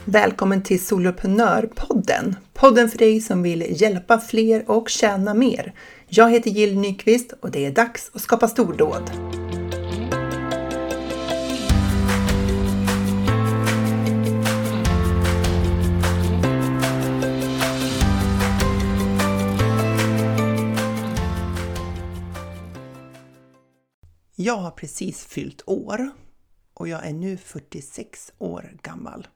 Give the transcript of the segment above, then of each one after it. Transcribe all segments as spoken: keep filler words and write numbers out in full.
Välkommen till Soloprenörpodden. Podden för dig som vill hjälpa fler och tjäna mer. Jag heter Jill Nyqvist och det är dags att skapa stordåd. Jag har precis fyllt år och jag är nu fyrtiosex år gammal.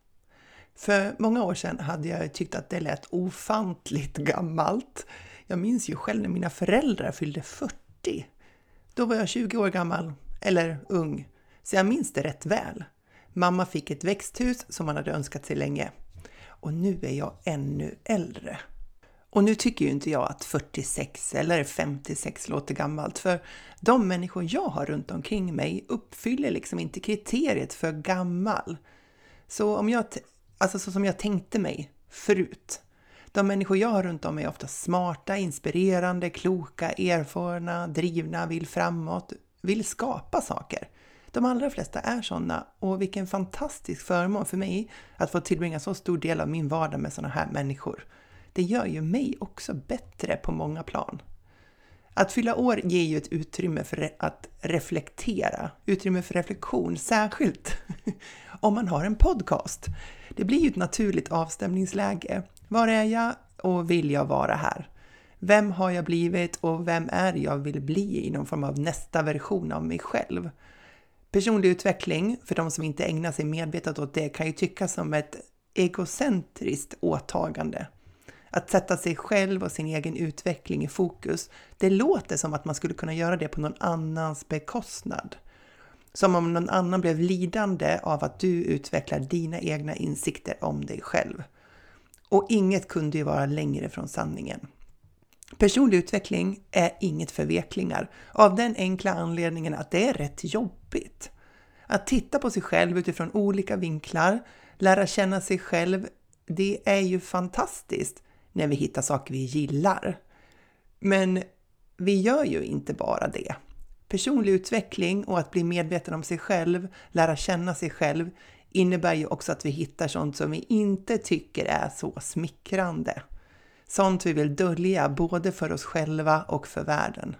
För många år sedan hade jag tyckt att det lät ofantligt gammalt. Jag minns ju själv när mina föräldrar fyllde fyrtio. Då var jag tjugo år gammal, eller ung, så jag minns det rätt väl. Mamma fick ett växthus som man hade önskat sig länge. Och nu är jag ännu äldre. Och nu tycker ju inte jag att fyrtiosex eller femtiosex låter gammalt, för de människor jag har runt omkring mig uppfyller liksom inte kriteriet för gammal. Så om jag, alltså så som jag tänkte mig förut. De människor jag har runt om mig är ofta smarta, inspirerande, kloka, erfarna, drivna, vill framåt, vill skapa saker. De allra flesta är sådana, och vilken fantastisk förmån för mig att få tillbringa så stor del av min vardag med sådana här människor. Det gör ju mig också bättre på många plan. Att fylla år ger ju ett utrymme för att reflektera, utrymme för reflektion, särskilt om man har en podcast. Det blir ju ett naturligt avstämningsläge. Var är jag och vill jag vara här? Vem har jag blivit och vem är jag vill bli i någon form av nästa version av mig själv? Personlig utveckling, för de som inte ägnar sig medvetet åt det, kan ju tyckas som ett egocentriskt åtagande. Att sätta sig själv och sin egen utveckling i fokus, det låter som att man skulle kunna göra det på någon annans bekostnad. Som om någon annan blev lidande av att du utvecklar dina egna insikter om dig själv. Och inget kunde ju vara längre från sanningen. Personlig utveckling är inget förveklingar, av den enkla anledningen att det är rätt jobbigt. Att titta på sig själv utifrån olika vinklar, lära känna sig själv, det är ju fantastiskt när vi hittar saker vi gillar. Men vi gör ju inte bara det. Personlig utveckling och att bli medveten om sig själv, lära känna sig själv, innebär ju också att vi hittar sånt som vi inte tycker är så smickrande. Sånt vi vill dölja både för oss själva och för världen.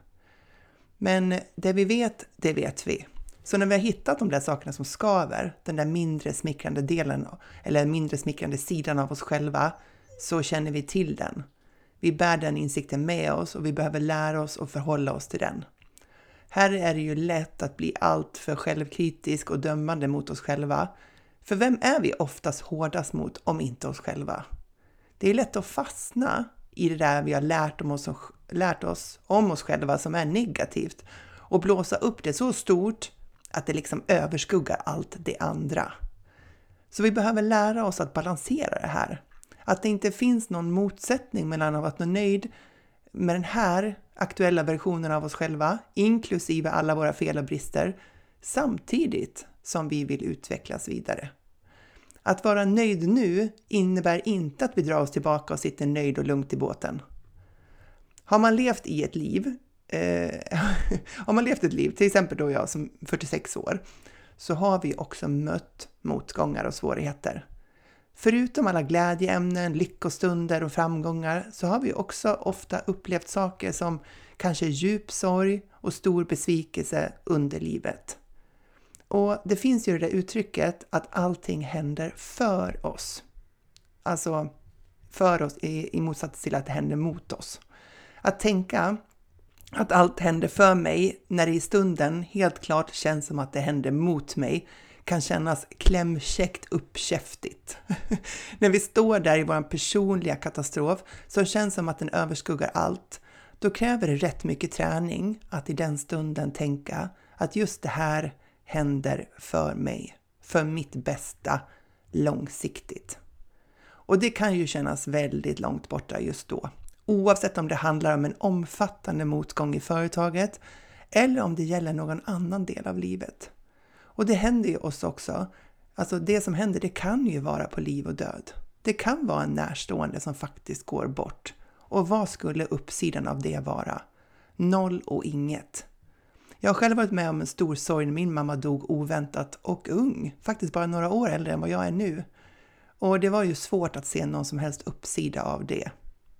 Men det vi vet, det vet vi. Så när vi har hittat de där sakerna som skaver, den där mindre smickrande delen eller mindre smickrande sidan av oss själva, så känner vi till den. Vi bär den insikten med oss och vi behöver lära oss att förhålla oss till den. Här är det ju lätt att bli allt för självkritisk och dömande mot oss själva. För vem är vi oftast hårdast mot om inte oss själva? Det är lätt att fastna i det där vi har lärt, om oss, lärt oss om oss själva som är negativt och blåsa upp det så stort att det liksom överskuggar allt det andra. Så vi behöver lära oss att balansera det här. Att det inte finns någon motsättning mellan att vara nöjd med den här aktuella versionen av oss själva, inklusive alla våra fel och brister, samtidigt som vi vill utvecklas vidare. Att vara nöjd nu innebär inte att vi drar oss tillbaka och sitter nöjd och lugnt i båten. Har man levt i ett liv, eh, har man levt ett liv, till exempel då jag som fyrtiosex år, så har vi också mött motgångar och svårigheter. Förutom alla glädjeämnen, lyckostunder och framgångar så har vi också ofta upplevt saker som kanske djup sorg och stor besvikelse under livet. Och det finns ju det där uttrycket att allting händer för oss. Alltså för oss i, i motsats till att det händer mot oss. Att tänka att allt händer för mig när det i stunden helt klart känns som att det händer mot mig kan kännas klämkäckt uppkäftigt. När vi står där i vår personliga katastrof som känns som att den överskuggar allt, då kräver det rätt mycket träning att i den stunden tänka att just det här händer för mig, för mitt bästa långsiktigt. Och det kan ju kännas väldigt långt borta just då, oavsett om det handlar om en omfattande motgång i företaget eller om det gäller någon annan del av livet. Och det händer ju oss också. Alltså det som händer, det kan ju vara på liv och död. Det kan vara en närstående som faktiskt går bort. Och vad skulle uppsidan av det vara? Noll och inget. Jag har själv varit med om en stor sorg när min mamma dog oväntat och ung. Faktiskt bara några år äldre än vad jag är nu. Och det var ju svårt att se någon som helst uppsida av det.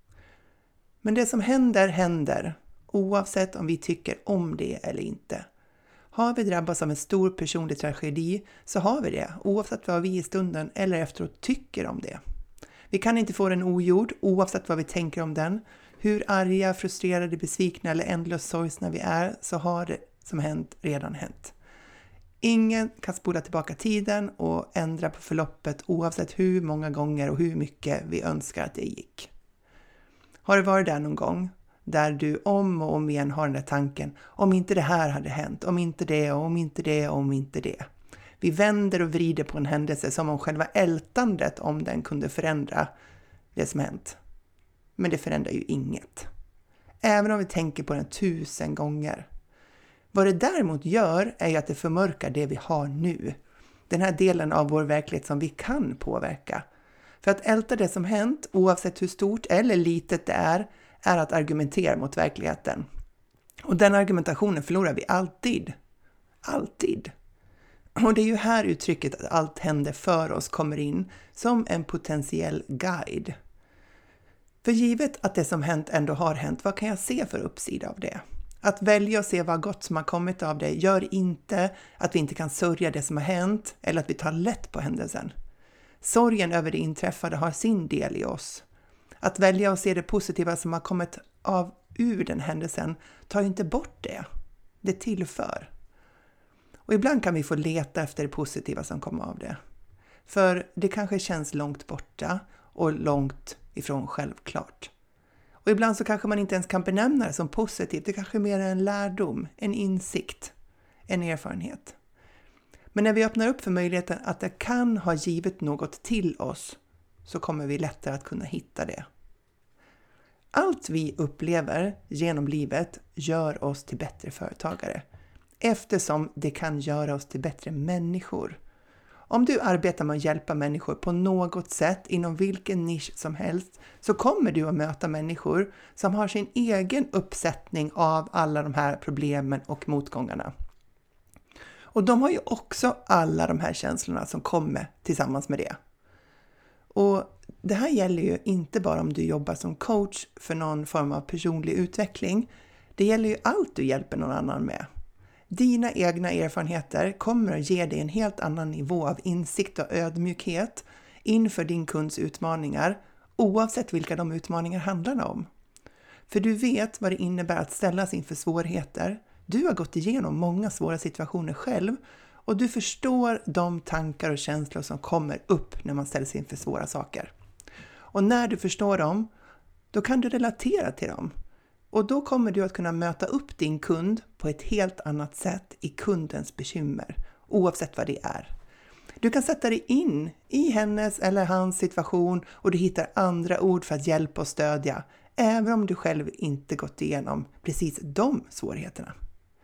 Men det som händer, händer. Oavsett om vi tycker om det eller inte. Har vi drabbats av en stor personlig tragedi så har vi det. Oavsett vad vi i stunden eller efteråt tycker om det. Vi kan inte få den ogjord oavsett vad vi tänker om den. Hur arga, frustrerade, besvikna eller ändlöst sorgsna vi är så har det som hänt redan hänt. Ingen kan spola tillbaka tiden och ändra på förloppet oavsett hur många gånger och hur mycket vi önskar att det gick. Har du varit där någon gång där du om och om igen har den där tanken om inte det här hade hänt, om inte det och om inte det och om inte det. Vi vänder och vrider på en händelse som om själva ältandet om den kunde förändra det som hänt. Men det förändrar ju inget. Även om vi tänker på den tusen gånger. Vad det däremot gör är ju att det förmörkar det vi har nu. Den här delen av vår verklighet som vi kan påverka. För att älta det som hänt, oavsett hur stort eller litet det är, är att argumentera mot verkligheten. Och den argumentationen förlorar vi alltid. Alltid. Och det är ju här uttrycket att allt händer för oss kommer in som en potentiell guide. För givet att det som hänt ändå har hänt, vad kan jag se för uppsida av det? Att välja och se vad gott som har kommit av det gör inte att vi inte kan sörja det som har hänt eller att vi tar lätt på händelsen. Sorgen över det inträffade har sin del i oss. Att välja och se det positiva som har kommit av ur den händelsen tar ju inte bort det. Det tillför. Och ibland kan vi få leta efter det positiva som kommer av det. För det kanske känns långt borta och långt ifrån självklart. Och ibland så kanske man inte ens kan benämna det som positivt. Det kanske är mer en lärdom, en insikt, en erfarenhet. Men när vi öppnar upp för möjligheten att det kan ha givit något till oss så kommer vi lättare att kunna hitta det. Allt vi upplever genom livet gör oss till bättre företagare. Eftersom det kan göra oss till bättre människor. Om du arbetar med att hjälpa människor på något sätt inom vilken nisch som helst så kommer du att möta människor som har sin egen uppsättning av alla de här problemen och motgångarna. Och de har ju också alla de här känslorna som kommer tillsammans med det. Och det här gäller ju inte bara om du jobbar som coach för någon form av personlig utveckling. Det gäller ju allt du hjälper någon annan med. Dina egna erfarenheter kommer att ge dig en helt annan nivå av insikt och ödmjukhet inför din kunds utmaningar, oavsett vilka de utmaningar handlar om. För du vet vad det innebär att ställas inför svårigheter. Du har gått igenom många svåra situationer själv och du förstår de tankar och känslor som kommer upp när man ställs inför svåra saker. Och när du förstår dem, då kan du relatera till dem. Och då kommer du att kunna möta upp din kund på ett helt annat sätt i kundens bekymmer, oavsett vad det är. Du kan sätta dig in i hennes eller hans situation och du hittar andra ord för att hjälpa och stödja, även om du själv inte gått igenom precis de svårigheterna.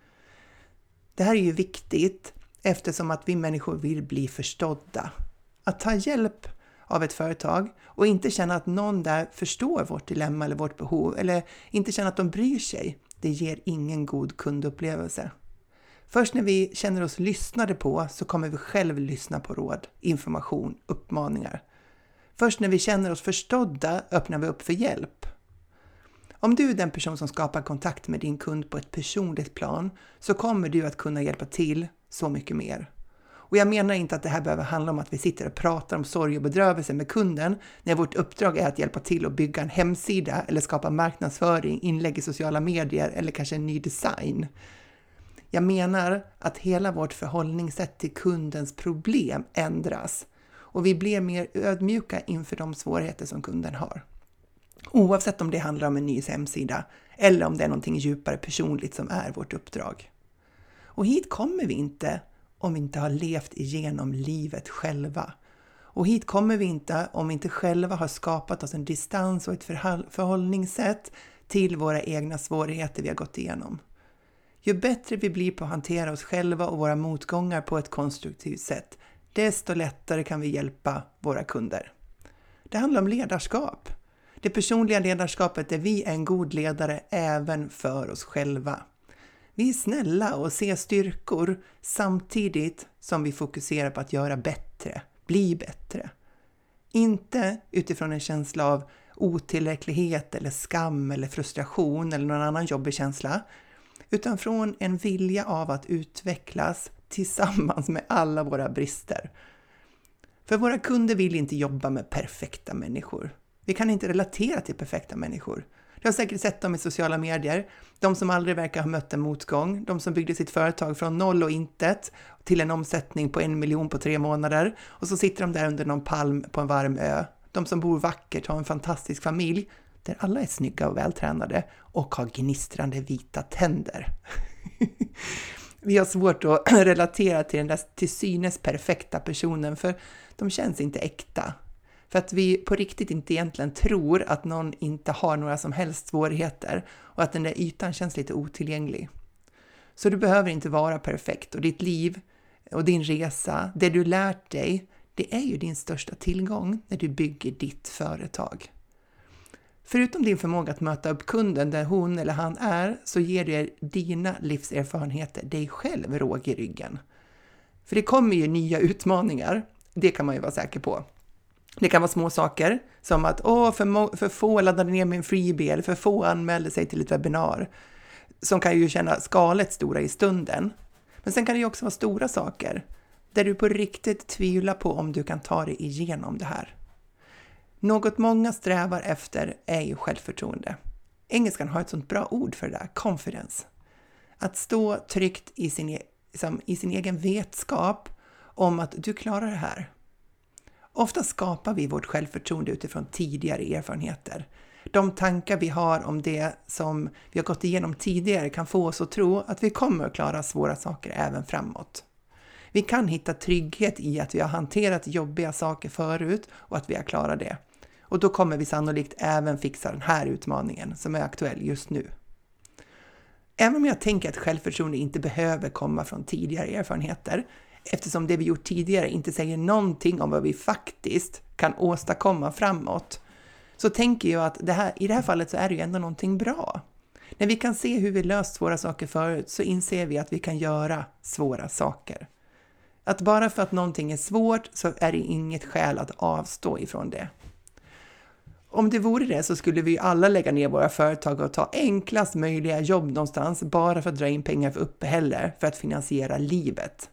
Det här är ju viktigt eftersom att vi människor vill bli förstådda. Att ta hjälp av ett företag och inte känna att någon där förstår vårt dilemma eller vårt behov eller inte känna att de bryr sig, det ger ingen god kundupplevelse. Först när vi känner oss lyssnade på så kommer vi själv lyssna på råd, information, uppmaningar. Först när vi känner oss förstådda öppnar vi upp för hjälp. Om du är den person som skapar kontakt med din kund på ett personligt plan så kommer du att kunna hjälpa till så mycket mer. Och jag menar inte att det här behöver handla om att vi sitter och pratar om sorg och bedrövelse med kunden när vårt uppdrag är att hjälpa till att bygga en hemsida eller skapa marknadsföring, inlägg i sociala medier eller kanske en ny design. Jag menar att hela vårt förhållningssätt till kundens problem ändras och vi blir mer ödmjuka inför de svårigheter som kunden har. Oavsett om det handlar om en ny hemsida eller om det är någonting djupare personligt som är vårt uppdrag. Och hit kommer vi inte om vi inte har levt igenom livet själva. Och hit kommer vi inte om vi inte själva har skapat oss en distans och ett förhållningssätt till våra egna svårigheter vi har gått igenom. Ju bättre vi blir på att hantera oss själva och våra motgångar på ett konstruktivt sätt, desto lättare kan vi hjälpa våra kunder. Det handlar om ledarskap. Det personliga ledarskapet där vi är en god ledare även för oss själva. Vi är snälla och ser styrkor samtidigt som vi fokuserar på att göra bättre, bli bättre. Inte utifrån en känsla av otillräcklighet eller skam eller frustration eller någon annan jobbig känsla, utan från en vilja av att utvecklas tillsammans med alla våra brister. För våra kunder vill inte jobba med perfekta människor. Vi kan inte relatera till perfekta människor. Du har säkert sett dem i sociala medier. De som aldrig verkar ha mött en motgång. De som byggde sitt företag från noll och intet till en omsättning på en miljon på tre månader. Och så sitter de där under någon palm på en varm ö. De som bor vackert, har en fantastisk familj. Där alla är snygga och vältränade och har gnistrande vita tänder. Vi har svårt att relatera till den där till synes perfekta personen, för de känns inte äkta. För att vi på riktigt inte egentligen tror att någon inte har några som helst svårigheter och att den där ytan känns lite otillgänglig. Så du behöver inte vara perfekt, och ditt liv och din resa, det du lärt dig, det är ju din största tillgång när du bygger ditt företag. Förutom din förmåga att möta upp kunden där hon eller han är, så ger det dina livserfarenheter dig själv råg i ryggen. För det kommer ju nya utmaningar, det kan man ju vara säker på. Det kan vara små saker som att åh, för, må- för få laddade ner min freebie eller för få anmälde sig till ett webbinar. Som kan ju känna skalet stora i stunden. Men sen kan det ju också vara stora saker där du på riktigt tvivlar på om du kan ta dig igenom det här. Något många strävar efter är ju självförtroende. Engelskan har ett sånt bra ord för det där, confidence. Att stå tryggt i sin, e- som, i sin egen vetskap om att du klarar det här. Ofta skapar vi vårt självförtroende utifrån tidigare erfarenheter. De tankar vi har om det som vi har gått igenom tidigare kan få oss att tro att vi kommer att klara svåra saker även framåt. Vi kan hitta trygghet i att vi har hanterat jobbiga saker förut och att vi har klarat det. Och då kommer vi sannolikt även fixa den här utmaningen som är aktuell just nu. Även om jag tänker att självförtroende inte behöver komma från tidigare erfarenheter, eftersom det vi gjort tidigare inte säger någonting om vad vi faktiskt kan åstadkomma framåt, så tänker jag att det här, i det här fallet så är det ju ändå någonting bra. När vi kan se hur vi löst svåra saker förut, så inser vi att vi kan göra svåra saker. Att bara för att någonting är svårt så är det inget skäl att avstå ifrån det. Om det vore det så skulle vi alla lägga ner våra företag och ta enklast möjliga jobb någonstans bara för att dra in pengar för uppehälle för att finansiera livet.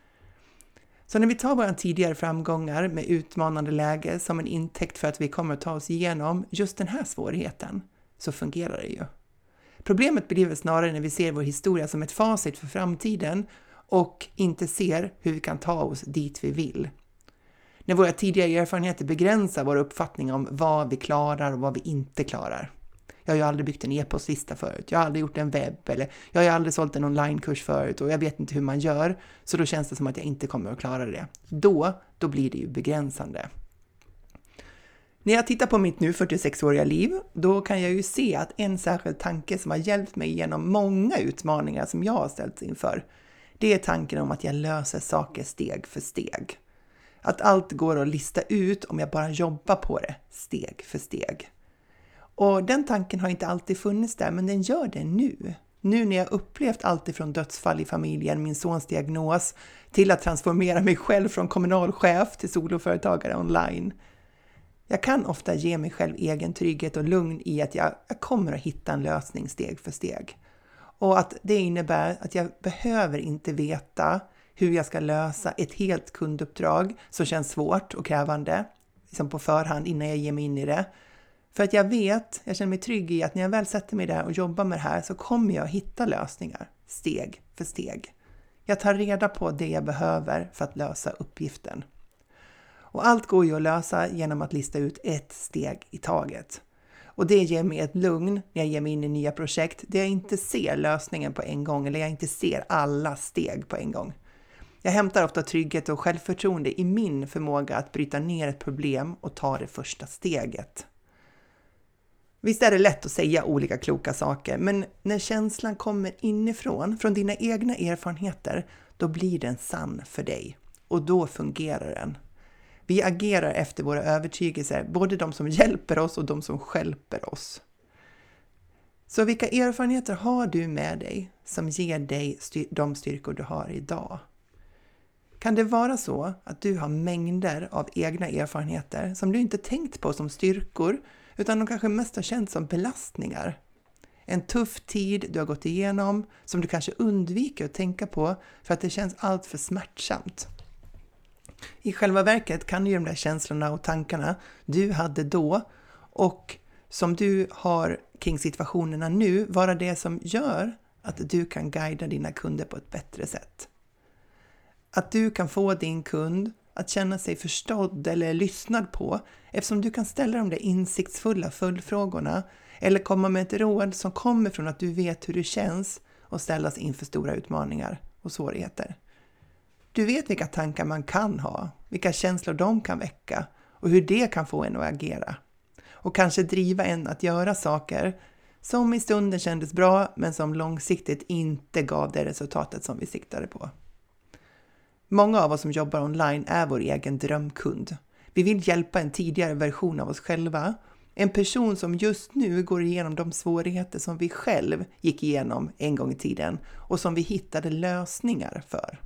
Så när vi tar våra tidigare framgångar med utmanande läge som en intäkt för att vi kommer att ta oss igenom just den här svårigheten, så fungerar det ju. Problemet blir väl snarare när vi ser vår historia som ett facit för framtiden och inte ser hur vi kan ta oss dit vi vill. När våra tidigare erfarenheter begränsar vår uppfattning om vad vi klarar och vad vi inte klarar. Jag har ju aldrig byggt en e-postlista förut, jag har aldrig gjort en webb eller jag har ju aldrig sålt en onlinekurs förut och jag vet inte hur man gör, så då känns det som att jag inte kommer att klara det. Då, då blir det ju begränsande. När jag tittar på mitt nu fyrtiosexåriga liv, då kan jag ju se att en särskild tanke som har hjälpt mig genom många utmaningar som jag har ställts inför, det är tanken om att jag löser saker steg för steg. Att allt går att lista ut om jag bara jobbar på det, steg för steg. Och den tanken har inte alltid funnits där, men den gör det nu. Nu när jag upplevt allt ifrån dödsfall i familjen, min sons diagnos, till att transformera mig själv från kommunalchef till soloföretagare online. Jag kan ofta ge mig själv egen trygghet och lugn i att jag, jag kommer att hitta en lösning steg för steg. Och att det innebär att jag behöver inte veta hur jag ska lösa ett helt kunduppdrag som känns svårt och krävande, liksom på förhand innan jag ger mig in i det. För att jag vet, jag känner mig trygg i att när jag väl sätter mig där och jobbar med det här så kommer jag hitta lösningar steg för steg. Jag tar reda på det jag behöver för att lösa uppgiften. Och allt går ju att lösa genom att lista ut ett steg i taget. Och det ger mig ett lugn när jag ger mig in i nya projekt där jag inte ser lösningen på en gång eller jag inte ser alla steg på en gång. Jag hämtar ofta trygghet och självförtroende i min förmåga att bryta ner ett problem och ta det första steget. Visst är det lätt att säga olika kloka saker, men när känslan kommer inifrån, från dina egna erfarenheter, då blir den sann för dig. Och då fungerar den. Vi agerar efter våra övertygelser, både de som hjälper oss och de som stjälper oss. Så vilka erfarenheter har du med dig som ger dig styr- de styrkor du har idag? Kan det vara så att du har mängder av egna erfarenheter som du inte tänkt på som styrkor, utan de kanske mest har känts som belastningar? En tuff tid du har gått igenom som du kanske undviker att tänka på för att det känns allt för smärtsamt. I själva verket kan ju de där känslorna och tankarna du hade då och som du har kring situationerna nu vara det som gör att du kan guida dina kunder på ett bättre sätt. Att du kan få din kund att känna sig förstådd eller lyssnad på eftersom du kan ställa de där insiktsfulla följdfrågorna eller komma med ett råd som kommer från att du vet hur det känns och ställas inför stora utmaningar och svårigheter. Du vet vilka tankar man kan ha, vilka känslor de kan väcka och hur det kan få en att agera. Och kanske driva en att göra saker som i stunden kändes bra men som långsiktigt inte gav det resultatet som vi siktade på. Många av oss som jobbar online är vår egen drömkund. Vi vill hjälpa en tidigare version av oss själva. En person som just nu går igenom de svårigheter som vi själv gick igenom en gång i tiden och som vi hittade lösningar för.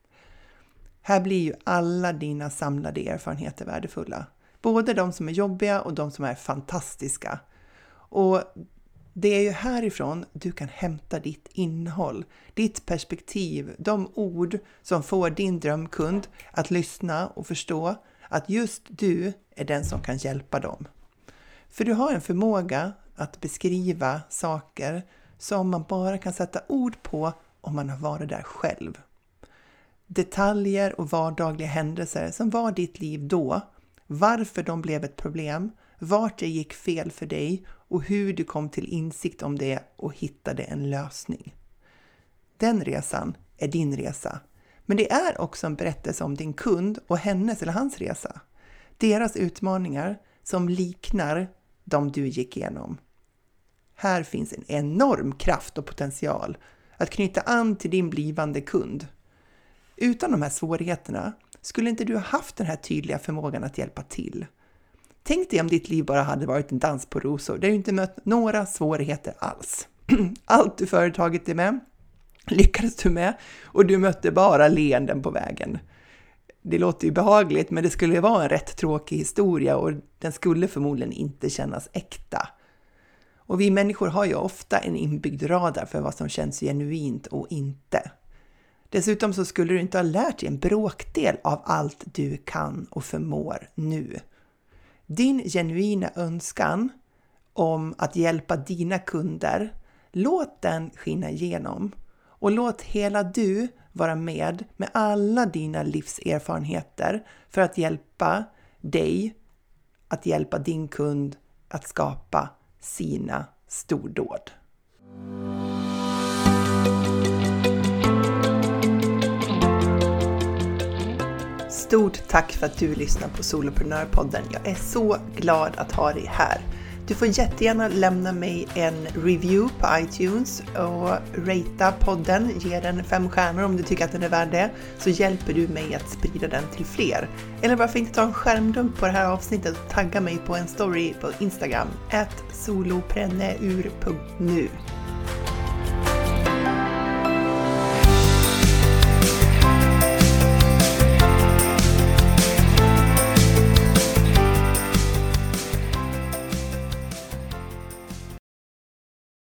Här blir ju alla dina samlade erfarenheter värdefulla. Både de som är jobbiga och de som är fantastiska. Och det är ju härifrån du kan hämta ditt innehåll, ditt perspektiv, de ord som får din drömkund att lyssna och förstå att just du är den som kan hjälpa dem. För du har en förmåga att beskriva saker som man bara kan sätta ord på om man har varit där själv. Detaljer och vardagliga händelser som var ditt liv då, varför de blev ett problem, vart det gick fel för dig och hur du kom till insikt om det och hittade en lösning. Den resan är din resa, men det är också en berättelse om din kund och hennes eller hans resa. Deras utmaningar som liknar de du gick igenom. Här finns en enorm kraft och potential att knyta an till din blivande kund. Utan de här svårigheterna skulle inte du ha haft den här tydliga förmågan att hjälpa till. Tänk dig om ditt liv bara hade varit en dans på rosor där du inte mött några svårigheter alls. Allt du företagit dig med lyckades du med och du mötte bara leenden på vägen. Det låter ju behagligt, men det skulle vara en rätt tråkig historia och den skulle förmodligen inte kännas äkta. Och vi människor har ju ofta en inbyggd radar för vad som känns genuint och inte. Dessutom så skulle du inte ha lärt dig en bråkdel av allt du kan och förmår nu. Din genuina önskan om att hjälpa dina kunder, låt den skina igenom och låt hela du vara med med alla dina livserfarenheter för att hjälpa dig att hjälpa din kund att skapa sina stordåd. Stort tack för att du lyssnar på Soloprenörpodden. Jag är så glad att ha dig här. Du får jättegärna lämna mig en review på iTunes och ratea podden. Ge den fem stjärnor om du tycker att den är värd det. Så hjälper du mig att sprida den till fler. Eller varför inte ta en skärmdump på det här avsnittet och tagga mig på en story på Instagram. at solopreneur punkt nu.